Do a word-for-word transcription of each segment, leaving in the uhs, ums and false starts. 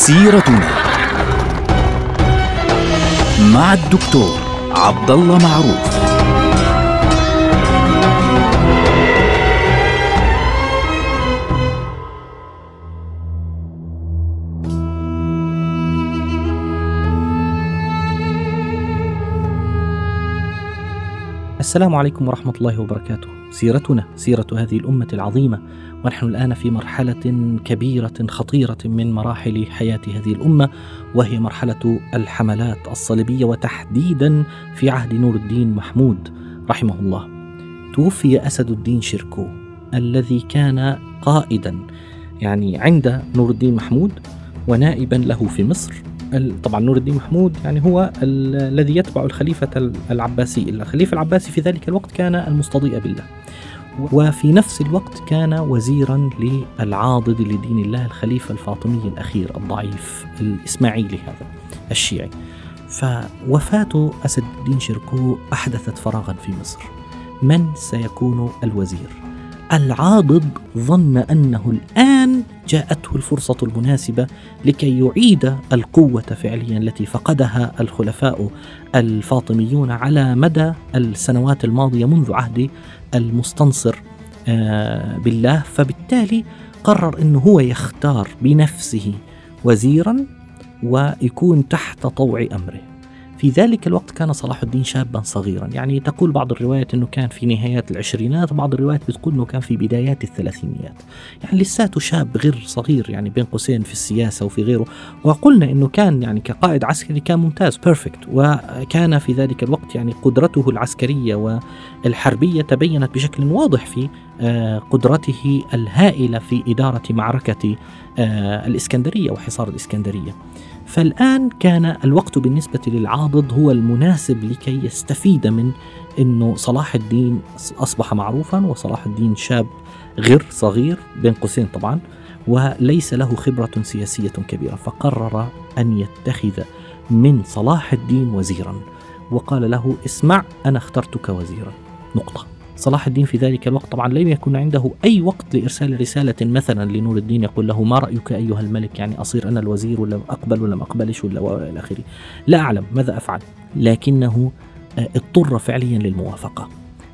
سيرتنا مع الدكتور عبد الله معروف. السلام عليكم ورحمة الله وبركاته. سيرتنا سيرة هذه الأمة العظيمة، ونحن الآن في مرحلة كبيرة خطيرة من مراحل حياة هذه الأمة، وهي مرحلة الحملات الصليبية، وتحديدا في عهد نور الدين محمود رحمه الله. توفي أسد الدين شركو الذي كان قائدا يعني عند نور الدين محمود ونائبا له في مصر. طبعا نور الدين محمود يعني هو الذي يتبع الخليفة العباسي. الخليفة العباسي في ذلك الوقت كان المستضيء بالله، وفي نفس الوقت كان وزيرا للعاضد لدين الله الخليفة الفاطمي الأخير الضعيف الإسماعيلي هذا الشيعي. فوفاة أسد الدين شركو أحدثت فراغا في مصر. من سيكون الوزير؟ العاضد ظن أنه الآن جاءته الفرصة المناسبة لكي يعيد القوة فعليا التي فقدها الخلفاء الفاطميون على مدى السنوات الماضية منذ عهد المستنصر بالله. فبالتالي قرر أنه هو يختار بنفسه وزيرا ويكون تحت طوع أمره. في ذلك الوقت كان صلاح الدين شابا صغيرا، يعني تقول بعض الروايات أنه كان في نهايات العشرينات، بعض الروايات بتقول أنه كان في بدايات الثلاثينيات، يعني لساته شاب غير صغير، يعني بين قوسين في السياسة وفي غيره. وقلنا أنه كان يعني كقائد عسكري كان ممتاز بيرفكت، وكان في ذلك الوقت يعني قدرته العسكرية والحربية تبينت بشكل واضح في قدرته الهائلة في إدارة معركة الإسكندرية وحصار الإسكندرية. فالآن كان الوقت بالنسبة للعاضد هو المناسب لكي يستفيد من أنه صلاح الدين أصبح معروفا، وصلاح الدين شاب غير صغير بين قوسين طبعا، وليس له خبرة سياسية كبيرة. فقرر أن يتخذ من صلاح الدين وزيرا، وقال له: اسمع، أنا اخترتك وزيرا، نقطة. صلاح الدين في ذلك الوقت طبعا لم يكن عنده أي وقت لإرسال رسالة مثلا لنور الدين يقول له: ما رأيك أيها الملك، يعني أصير أنا الوزير ولا أقبل ولا ما أقبلش ولا إلى آخره. لا أعلم ماذا أفعل، لكنه اضطر فعليا للموافقة.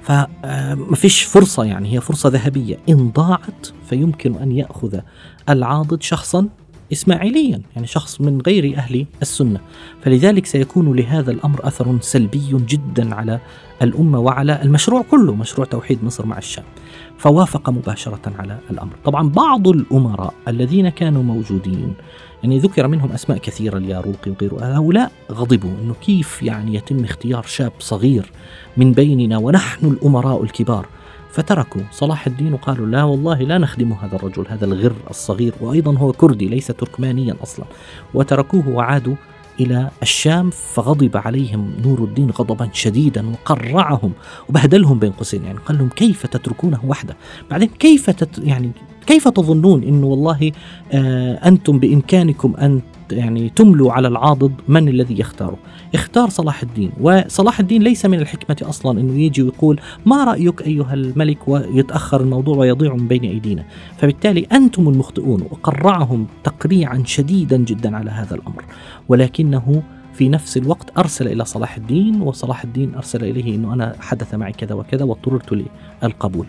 فما فيش فرصة، يعني هي فرصة ذهبية، إن ضاعت فيمكن أن يأخذ العاضد شخصا إسماعيليا، يعني شخص من غير أهل السنة. فلذلك سيكون لهذا الأمر أثر سلبي جدا على الأمة وعلى المشروع كله، مشروع توحيد مصر مع الشام. فوافق مباشرة على الأمر. طبعا بعض الأمراء الذين كانوا موجودين، يعني ذكر منهم أسماء كثيرة، الياروقي وغيره، هؤلاء غضبوا إنه كيف يعني يتم اختيار شاب صغير من بيننا ونحن الأمراء الكبار. فتركوا صلاح الدين وقالوا: لا والله لا نخدم هذا الرجل، هذا الغر الصغير، وأيضا هو كردي ليس تركمانيا أصلا. وتركوه وعادوا إلى الشام. فغضب عليهم نور الدين غضبا شديدا وقرعهم وبهدلهم بين قوسين، يعني قال لهم: كيف تتركونه وحده؟ بعدين كيف تت يعني كيف تظنون إنه والله آه أنتم بإمكانكم أن يعني تملوا على العاضد؟ من الذي يختاره؟ اختار صلاح الدين. وصلاح الدين ليس من الحكمة أصلا أنه يجي ويقول: ما رأيك أيها الملك، ويتأخر الموضوع ويضيع من بين أيدينا. فبالتالي أنتم المخطئون. وقرعهم تقريعا شديدا جدا على هذا الأمر. ولكنه في نفس الوقت أرسل إلى صلاح الدين، وصلاح الدين أرسل إليه أنه أنا حدث معي كذا وكذا واضطررت للقبول.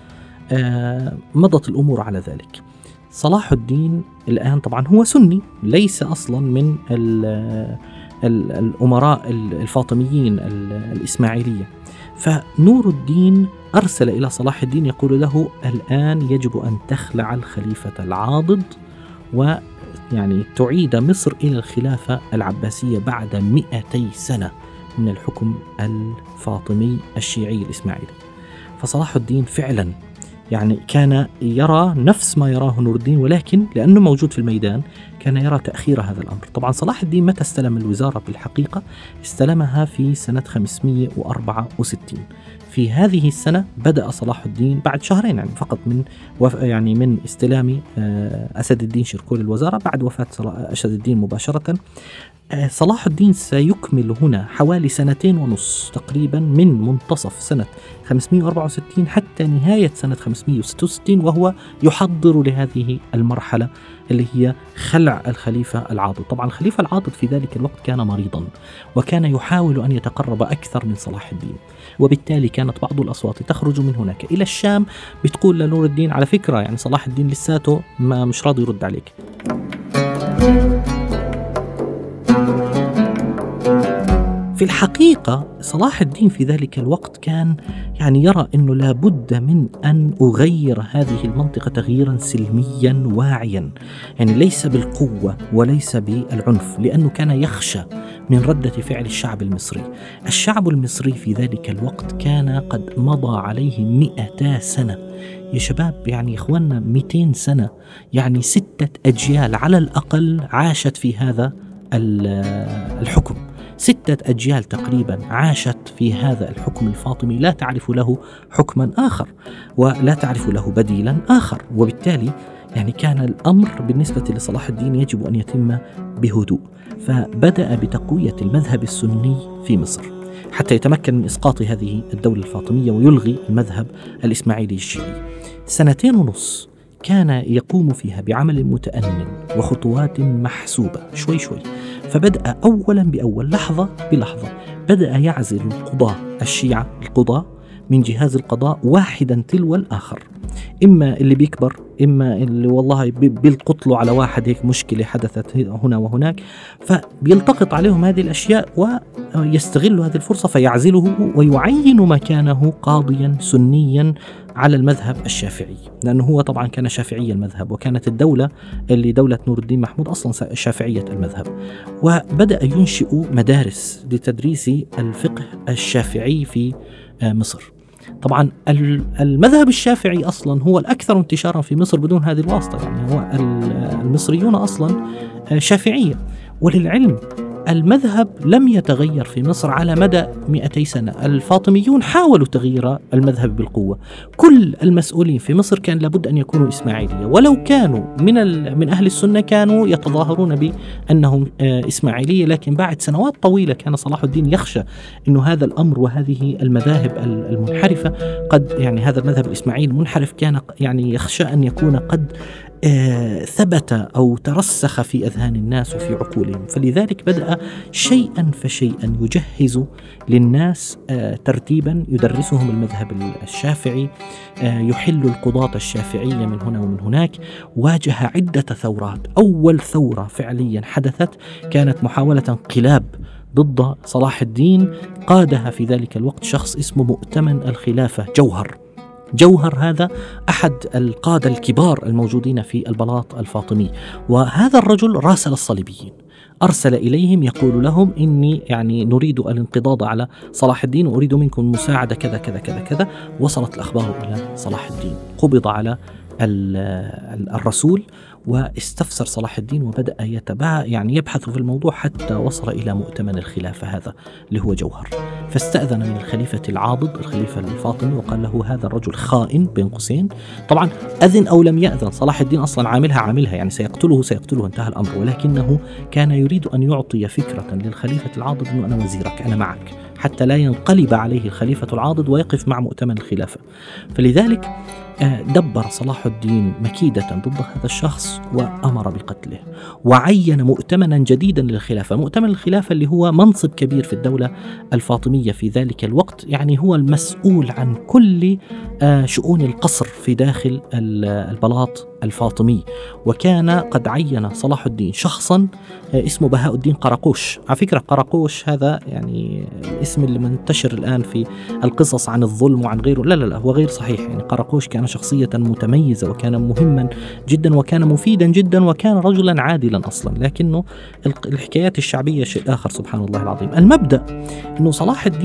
فمضت الأمور على ذلك. صلاح الدين الآن طبعا هو سني، ليس أصلا من الأمراء الفاطميين الإسماعيلية. فنور الدين أرسل إلى صلاح الدين يقول له: الآن يجب أن تخلع الخليفة العاضد ويعني تعيد مصر إلى الخلافة العباسية بعد مئتي سنة من الحكم الفاطمي الشيعي الإسماعيلي. فصلاح الدين فعلا يعني كان يرى نفس ما يراه نور الدين، ولكن لأنه موجود في الميدان كان يرى تأخير هذا الأمر. طبعا صلاح الدين متى استلم الوزارة بالحقيقة؟ استلمها في سنة خمسمئة وأربعة وستين. في هذه السنة بدأ صلاح الدين بعد شهرين يعني فقط من يعني من استلام أسد الدين شركو الوزارة، بعد وفاة أسد الدين مباشرة صلاح الدين سيكمل هنا حوالي سنتين ونص تقريبا من منتصف سنة خمسمائة وأربعة وستين حتى نهاية سنة خمسمائة وستة وستين، وهو يحضر لهذه المرحلة اللي هي خلع الخليفة العاضد. طبعا الخليفة العاضد في ذلك الوقت كان مريضا، وكان يحاول أن يتقرب أكثر من صلاح الدين، وبالتالي كانت بعض الأصوات تخرج من هناك إلى الشام بتقول لنور الدين على فكرة يعني صلاح الدين لساته ما مش راضي يرد عليك. في الحقيقة صلاح الدين في ذلك الوقت كان يعني يرى أنه لابد من أن أغير هذه المنطقة تغييرا سلميا واعيا، يعني ليس بالقوة وليس بالعنف، لأنه كان يخشى من ردة فعل الشعب المصري. الشعب المصري في ذلك الوقت كان قد مضى عليه مئتا سنة يا شباب، يعني إخواننا مئتين سنة، يعني ستة أجيال على الأقل عاشت في هذا الحكم، ستة أجيال تقريبا عاشت في هذا الحكم الفاطمي، لا تعرف له حكما آخر ولا تعرف له بديلا آخر. وبالتالي يعني كان الأمر بالنسبة لصلاح الدين يجب أن يتم بهدوء، فبدأ بتقوية المذهب السني في مصر حتى يتمكن من إسقاط هذه الدولة الفاطمية ويلغي المذهب الإسماعيلي الشيعي. سنتين ونص كان يقوم فيها بعمل متأنن وخطوات محسوبة شوي شوي، فبدأ أولا بأول لحظة بلحظة بدأ يعزل القضاة الشيعة القضاة من جهاز القضاء واحدا تلو الآخر، إما اللي بيكبر إما اللي والله بيلقطلوا على واحد هيك مشكلة حدثت هنا وهناك، فبيلتقط عليهم هذه الأشياء ويستغل هذه الفرصة فيعزله ويعين مكانه قاضيا سنيا على المذهب الشافعي، لأنه هو طبعا كان شافعي المذهب، وكانت الدولة اللي دولة نور الدين محمود أصلا شافعية المذهب. وبدأ ينشئ مدارس لتدريس الفقه الشافعي في مصر. طبعا المذهب الشافعي أصلا هو الأكثر انتشارا في مصر بدون هذه الواسطة، يعني هو المصريون أصلا شافعية. وللعلم المذهب لم يتغير في مصر على مدى مئتي سنة، الفاطميون حاولوا تغيير المذهب بالقوة، كل المسؤولين في مصر كان لابد أن يكونوا إسماعيلية، ولو كانوا من من أهل السنة كانوا يتظاهرون بأنهم إسماعيلية، لكن بعد سنوات طويلة كان صلاح الدين يخشى أنه هذا الأمر وهذه المذاهب المنحرفة قد يعني هذا المذهب الإسماعيلي المنحرف كان يعني يخشى أن يكون قد آه ثبت أو ترسخ في أذهان الناس وفي عقولهم، فلذلك بدأ شيئا فشيئا يجهز للناس آه ترتيبا يدرسهم المذهب الشافعي، آه يحل القضاة الشافعية من هنا ومن هناك. واجه عدة ثورات، أول ثورة فعليا حدثت كانت محاولة انقلاب ضد صلاح الدين، قادها في ذلك الوقت شخص اسمه مؤتمن الخلافة جوهر. جوهر هذا أحد القادة الكبار الموجودين في البلاط الفاطمي، وهذا الرجل راسل الصليبيين، أرسل إليهم يقول لهم إني يعني نريد الانقضاض على صلاح الدين وأريد منكم مساعدة كذا كذا كذا كذا. وصلت الأخبار إلى صلاح الدين، قبض على الرسول واستفسر صلاح الدين وبدأ يتبع يعني يبحث في الموضوع حتى وصل إلى مؤتمن الخلافة هذا اللي هو جوهر، فاستأذن من الخليفة العاضد الخليفة الفاطمي وقال له هذا الرجل خائن بين قوسين. طبعا أذن أو لم يأذن صلاح الدين أصلا عاملها عاملها يعني سيقتله سيقتله انتهى الأمر، ولكنه كان يريد أن يعطي فكرة للخليفة العاضد أنه أنا وزيرك أنا معك، حتى لا ينقلب عليه الخليفة العاضد ويقف مع مؤتمن الخلافة. فلذلك دبر صلاح الدين مكيدة ضد هذا الشخص وأمر بقتله، وعين مؤتمنا جديدا للخلافة. مؤتمن الخلافة اللي هو منصب كبير في الدولة الفاطمية في ذلك الوقت، يعني هو المسؤول عن كل شؤون القصر في داخل البلاط الفاطمي. وكان قد عين صلاح الدين شخصا اسمه بهاء الدين قراقوش. على فكرة قراقوش هذا يعني الاسم اللي منتشر الآن في القصص عن الظلم وعن غيره، لا لا لا هو غير صحيح. يعني قراقوش كان شخصية متميزة وكان مهما جدا وكان مفيدا جدا وكان رجلا عادلا أصلا، لكنه الحكايات الشعبية شيء آخر سبحان الله العظيم. المبدأ أنه صلاح الدين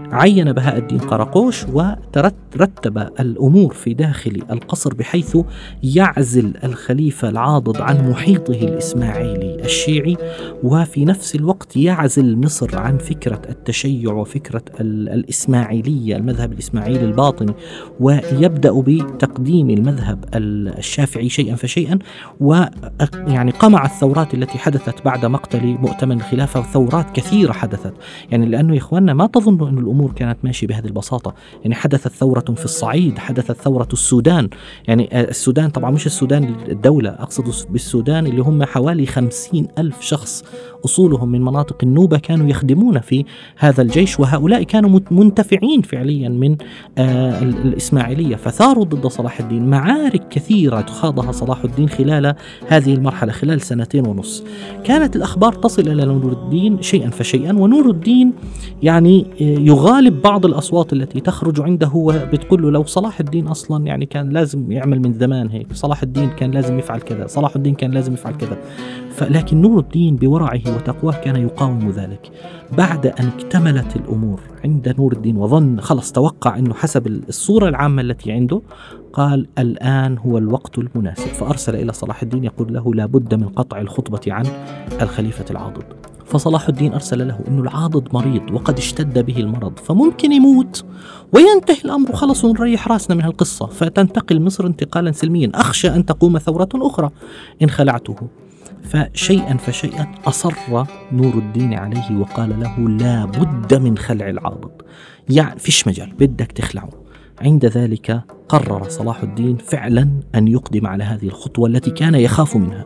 عين بهاء الدين قراقوش وترتب الأمور في داخل القصر بحيث يعزل الخليفة العاضد عن محيطه الإسماعيلي الشيعي، وفي نفس الوقت يعزل مصر عن فكرة التشيع وفكرة الإسماعيلية، المذهب الإسماعيلي الباطني، ويبدأ بتقديم المذهب الشافعي شيئا فشيئا. ويعني قمع الثورات التي حدثت بعد مقتل مؤتمن الخلافة، ثورات كثيرة حدثت، يعني لأنه يا إخواننا ما تظنوا أن الأمور كانت ماشية بهذه البساطة. يعني حدثت ثورة في الصعيد، حدثت ثورة السودان، يعني السودان طبعا مش السودان الدولة، أقصد بالسودان اللي هم حوالي خمسين ألف شخص أصولهم من مناطق النوبة كانوا يخدمون في هذا الجيش، وهؤلاء كانوا منتفعين فعليا من آه الإسماعيلية، فثاروا ضد صلاح الدين. معارك كثيرة خاضها صلاح الدين خلال هذه المرحلة، خلال سنتين ونص. كانت الأخبار تصل إلى نور الدين شيئا فشيئا، ونور الدين يعني يغالب بعض الأصوات التي تخرج عنده وبتقول له لو صلاح الدين أصلا يعني كان لازم يعمل من زمان هيك، صلاح الدين كان لازم يفعل كذا، صلاح الدين كان لازم يفعل كذا. لكن نور الدين بورعه وتقواه كان يقاوم ذلك. بعد أن اكتملت الأمور عند نور الدين وظن خلص توقع أنه حسب الصورة العامة التي عنده، قال الآن هو الوقت المناسب، فأرسل إلى صلاح الدين يقول له لا بد من قطع الخطبة عن الخليفة العاضد. فصلاح الدين أرسل له أنه العاضد مريض وقد اشتد به المرض، فممكن يموت وينتهي الأمر خلص ونريح راسنا من القصة، فتنتقل مصر انتقالا سلميا. أخشى أن تقوم ثورة أخرى إن خلعته. فشيئا فشيئا أصر نور الدين عليه وقال له لا بد من خلع العاضد، يعني فيش مجال، بدك تخلعه. عند ذلك قرر صلاح الدين فعلا أن يقدم على هذه الخطوة التي كان يخاف منها.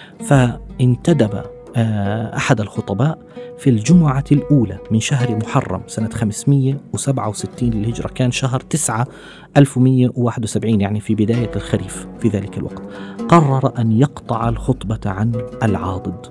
فانتدب أحد الخطباء في الجمعة الأولى من شهر محرم سنة خمسمائة وسبعة وستين للهجرة، كان شهر تسعة ألف ومئة وواحد وسبعين، يعني في بداية الخريف في ذلك الوقت. قرر أن يقطع الخطبة عن العاضد،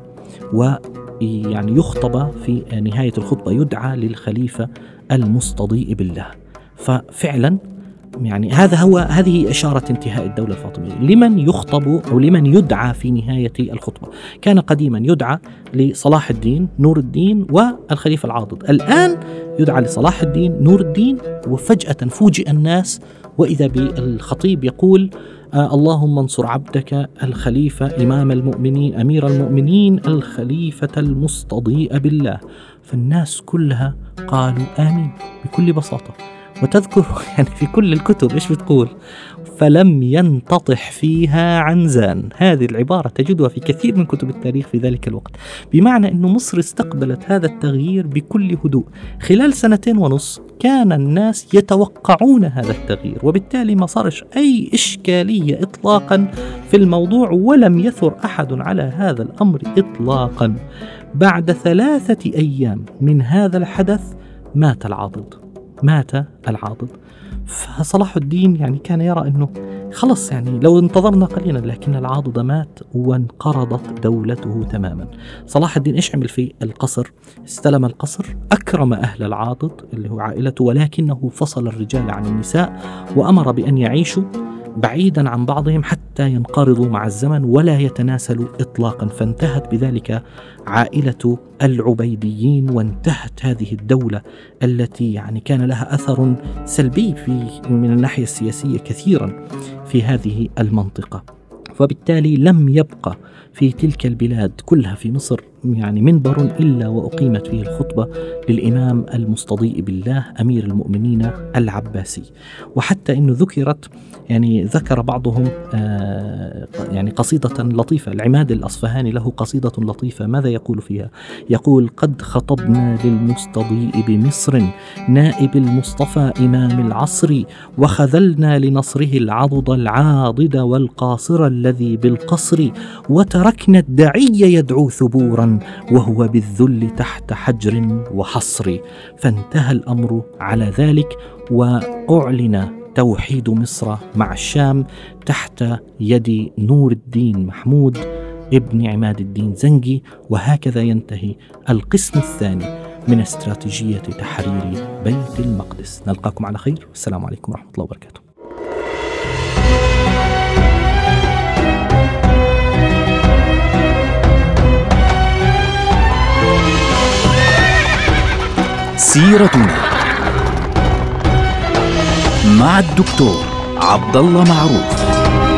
ويعني يخطب في نهاية الخطبة يدعى للخليفة المستضيء بالله. ففعلا يعني هذا هو هذه إشارة انتهاء الدولة الفاطمية، لمن يخطب أو لمن يدعى في نهاية الخطبة. كان قديما يدعى لصلاح الدين نور الدين والخليفة العاضد، الآن يدعى لصلاح الدين نور الدين. وفجأة فوجئ الناس وإذا بالخطيب يقول آه اللهم انصر عبدك الخليفة إمام المؤمنين أمير المؤمنين الخليفة المستضيء بالله. فالناس كلها قالوا آمين بكل بساطة. وتذكر يعني في كل الكتب إيش بتقول؟ فلم ينتطح فيها عنزان. هذه العبارة تجدها في كثير من كتب التاريخ في ذلك الوقت، بمعنى أن مصر استقبلت هذا التغيير بكل هدوء. خلال سنتين ونص كان الناس يتوقعون هذا التغيير، وبالتالي ما صارش أي إشكالية إطلاقا في الموضوع، ولم يثر أحد على هذا الأمر إطلاقا. بعد ثلاثة أيام من هذا الحدث مات العاضد مات العاضد. فصلاح الدين يعني كان يرى أنه خلص يعني لو انتظرنا قليلا، لكن العاضد مات وانقرضت دولته تماما. صلاح الدين إيش عمل في القصر؟ استلم القصر، أكرم أهل العاضد اللي هو عائلته، ولكنه فصل الرجال عن النساء وأمر بأن يعيشوا بعيدا عن بعضهم حتى ينقرضوا مع الزمن ولا يتناسلوا إطلاقا. فانتهت بذلك عائلة العبيديين، وانتهت هذه الدولة التي يعني كان لها أثر سلبي في من الناحية السياسية كثيرا في هذه المنطقة. وبالتالي لم يبقى في تلك البلاد كلها في مصر يعني منبر إلا وأقيمت فيه الخطبة للإمام المستضيء بالله أمير المؤمنين العباسي. وحتى إنه ذكرت يعني ذكر بعضهم آه يعني قصيدة لطيفة. العماد الأصفهاني له قصيدة لطيفة، ماذا يقول فيها؟ يقول قد خطبنا للمستضيء بمصر نائب المصطفى إمام العصر، وخذلنا لنصره العضد العاضد والقاصر الذي بالقصر، وتركنا الدعي يدعو ثبورا وهو بالذل تحت حجر وحصر. فانتهى الأمر على ذلك، وأعلن توحيد مصر مع الشام تحت يد نور الدين محمود ابن عماد الدين زنجي. وهكذا ينتهي القسم الثاني من استراتيجية تحرير بيت المقدس. نلقاكم على خير، والسلام عليكم ورحمة الله وبركاته. سيرتنا مع الدكتور عبد الله معروف.